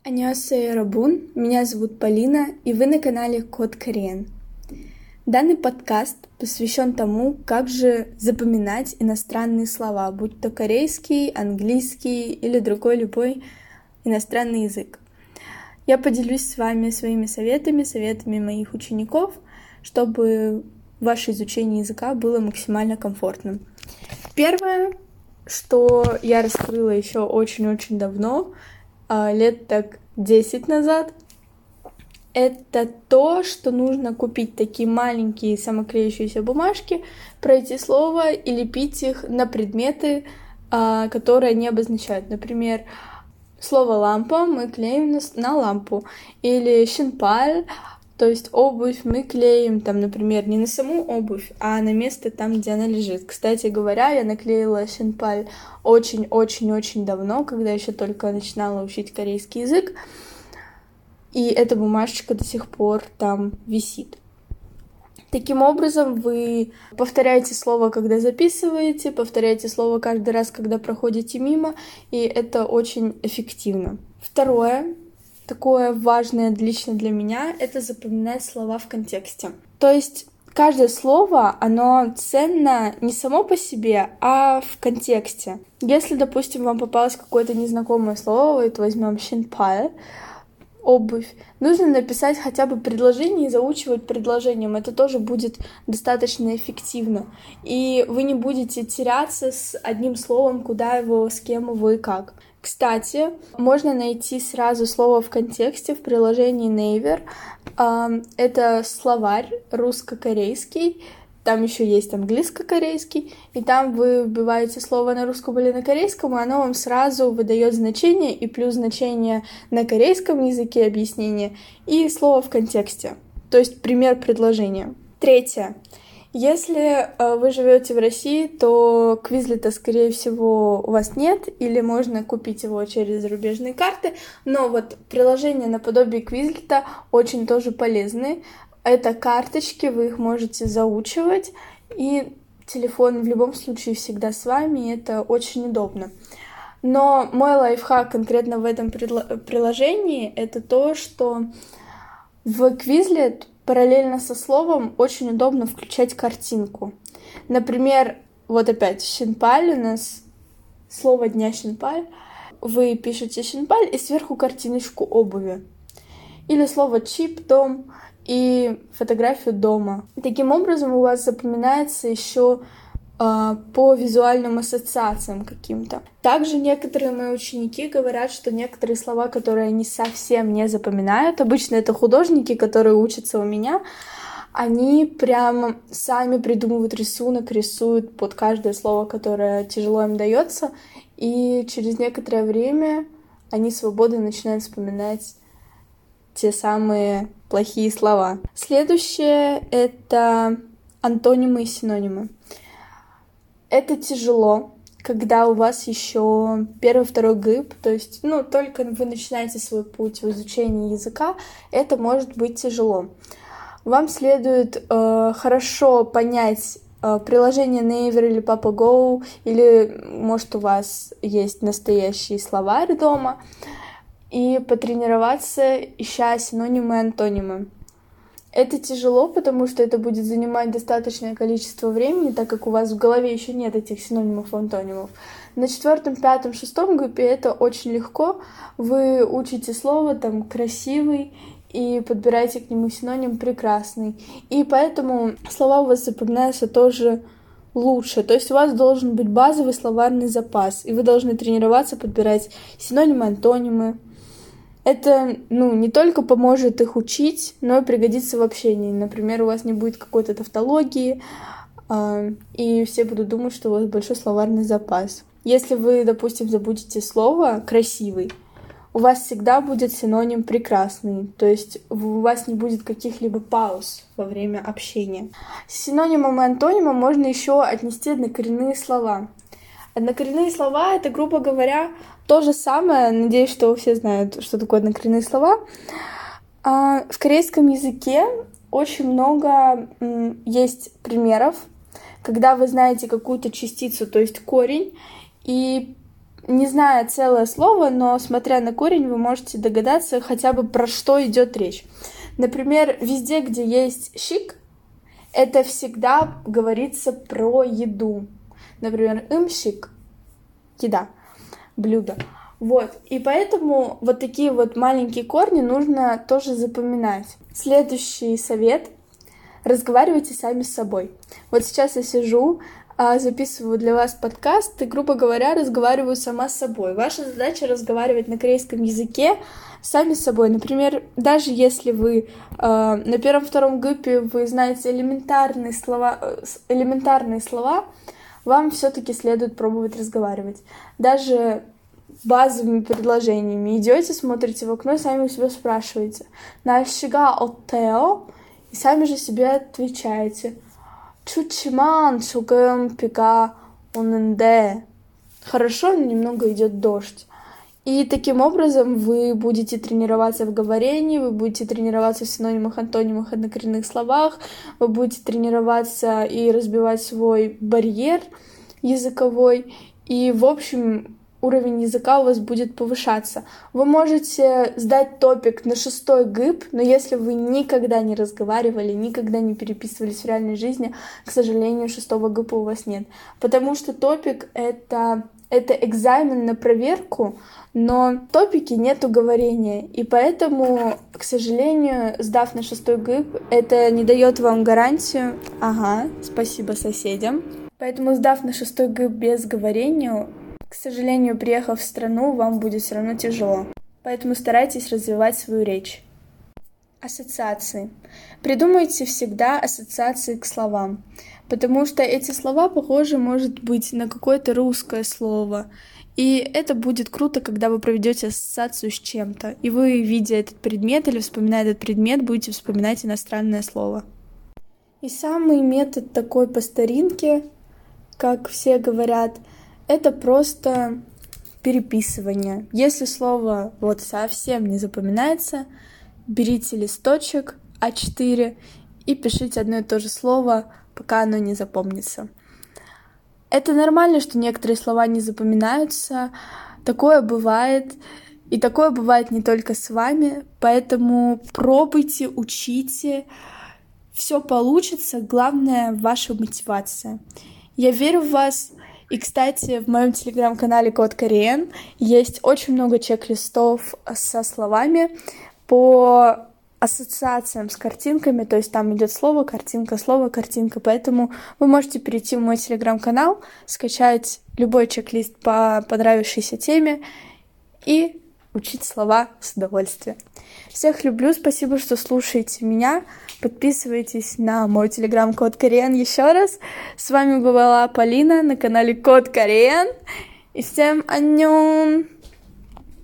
Аньосео Рабун, меня зовут Полина, и вы на канале Код Кореен. Данный подкаст посвящен тому, как же запоминать иностранные слова, будь то корейский, английский или другой любой иностранный язык. Я поделюсь с вами своими советами моих учеников, чтобы ваше изучение языка было максимально комфортным. Первое, что я раскрыла еще очень-очень давно, лет так 10 назад, это то, что нужно купить такие маленькие самоклеющиеся бумажки, пройти слово и лепить их на предметы, которые они обозначают. Например, слово «лампа» мы клеим на лампу, или «шинпаль», то есть обувь мы клеим, там, например, не на саму обувь, а на место там, где она лежит. Кстати говоря, я наклеила шинпаль очень-очень-очень давно, когда еще только начинала учить корейский язык, и эта бумажечка до сих пор там висит. Таким образом, вы повторяете слово, когда записываете, повторяете слово каждый раз, когда проходите мимо, и это очень эффективно. Второе, такое важное лично для меня, это запоминать слова в контексте. То есть каждое слово, оно ценно не само по себе, а в контексте. Если, допустим, вам попалось какое-то незнакомое слово, вот возьмем «шинпаль», обувь, нужно написать хотя бы предложение и заучивать предложением. Это тоже будет достаточно эффективно. И вы не будете теряться с одним словом, куда его, с кем его и как. Кстати, можно найти сразу слово в контексте в приложении Naver. Это словарь русско-корейский, там еще есть английско-корейский, и там вы вбиваете слово на русском или на корейском, и оно вам сразу выдает значение, и плюс значение на корейском языке объяснение, и слово в контексте, то есть пример предложения. Третье. Если вы живете в России, то Quizlet, скорее всего, у вас нет, или можно купить его через зарубежные карты, но вот приложения наподобие Quizlet очень тоже полезны. Это карточки, вы их можете заучивать, и телефон в любом случае всегда с вами, и это очень удобно. Но мой лайфхак конкретно в этом приложении — это то, что в Quizlet параллельно со словом очень удобно включать картинку. Например, вот опять «шинпаль» у нас, слово дня «шинпаль». Вы пишете «шинпаль» и сверху картиночку обуви. Или слово «чип», «дом» и фотографию дома. Таким образом у вас запоминается еще по визуальным ассоциациям каким-то. Также некоторые мои ученики говорят, что некоторые слова, которые они совсем не запоминают, обычно это художники, которые учатся у меня, они прям сами придумывают рисунок, рисуют под каждое слово, которое тяжело им дается, и через некоторое время они свободно начинают вспоминать те самые плохие слова. Следующее — это антонимы и синонимы. Это тяжело, когда у вас еще первый-второй ГИБ, то есть, только вы начинаете свой путь в изучении языка, это может быть тяжело. Вам следует хорошо понять приложение Naver или Papago, или, может, у вас есть настоящий словарь дома, и потренироваться, ища синонимы и антонимы. Это тяжело, потому что это будет занимать достаточное количество времени, так как у вас в голове еще нет этих синонимов и антонимов. На 4, 5, 6 группе это очень легко. Вы учите слово там «красивый» и подбираете к нему синоним «прекрасный». И поэтому слова у вас запоминаются тоже лучше. То есть у вас должен быть базовый словарный запас, и вы должны тренироваться подбирать синонимы, антонимы. Это, не только поможет их учить, но и пригодится в общении. Например, у вас не будет какой-то тавтологии, и все будут думать, что у вас большой словарный запас. Если вы, допустим, забудете слово «красивый», у вас всегда будет синоним «прекрасный», то есть у вас не будет каких-либо пауз во время общения. С синонимом и антонимом можно еще отнести однокоренные слова. Однокоренные слова — это, грубо говоря, то же самое. Надеюсь, что все знают, что такое однокоренные слова. В корейском языке очень много есть примеров, когда вы знаете какую-то частицу, то есть корень, и Не зная целое слово, но смотря на корень, вы можете догадаться хотя бы про что идет речь. Например, везде, где есть щик, это всегда говорится про еду. Например, имщик — еда, блюдо. Вот, и поэтому вот такие вот маленькие корни нужно тоже запоминать. Следующий совет — разговаривайте сами с собой. Вот сейчас я сижу, записываю для вас подкаст и, грубо говоря, разговариваю сама с собой. Ваша задача — разговаривать на корейском языке сами с собой. Например, даже если вы на первом-втором ГИПе вы знаете элементарные слова, вам все-таки следует пробовать разговаривать. Даже базовыми предложениями. Идете, смотрите в окно и сами у себя спрашиваете. 날씨가 어때요? И сами же себе отвечаете. 춥지만 조금 비가 오는데. Хорошо, но немного идет дождь. И таким образом вы будете тренироваться в говорении, вы будете тренироваться в синонимах, антонимах, однокоренных словах, вы будете тренироваться и разбивать свой барьер языковой. И, в общем, уровень языка у вас будет повышаться. Вы можете сдать топик на 6 ГИП, но если вы никогда не разговаривали, никогда не переписывались в реальной жизни, к сожалению, 6 ГИПа у вас нет. Потому что топик — это экзамен на проверку, но в топике нету говорения. И поэтому, к сожалению, сдав на 6 ГИП, это не дает вам гарантию. Ага, спасибо соседям. Поэтому, сдав на 6 ГИП без говорения, к сожалению, приехав в страну, вам будет все равно тяжело. Поэтому старайтесь развивать свою речь. Ассоциации. Придумайте всегда ассоциации к словам, потому что эти слова похожи, может быть, на какое-то русское слово. И это будет круто, когда вы проведете ассоциацию с чем-то, и вы, видя этот предмет или вспоминая этот предмет, будете вспоминать иностранное слово. И самый метод такой по старинке, как все говорят, это просто переписывание. Если слово вот совсем не запоминается, берите листочек А4 и пишите одно и то же слово, пока оно не запомнится. Это нормально, что некоторые слова не запоминаются. Такое бывает. И такое бывает не только с вами. Поэтому пробуйте, учите. Все получится. Главное — ваша мотивация. Я верю в вас. И, кстати, в моем телеграм-канале Код Кореен есть очень много чек-листов со словами по ассоциациям с картинками, то есть там идет слово, картинка, поэтому вы можете перейти в мой телеграм-канал, скачать любой чек-лист по понравившейся теме и учить слова с удовольствием. Всех люблю, спасибо, что слушаете меня. Подписывайтесь на мой телеграм Код Кореен еще раз. С вами была Полина на канале Код Кореен. И всем аньон!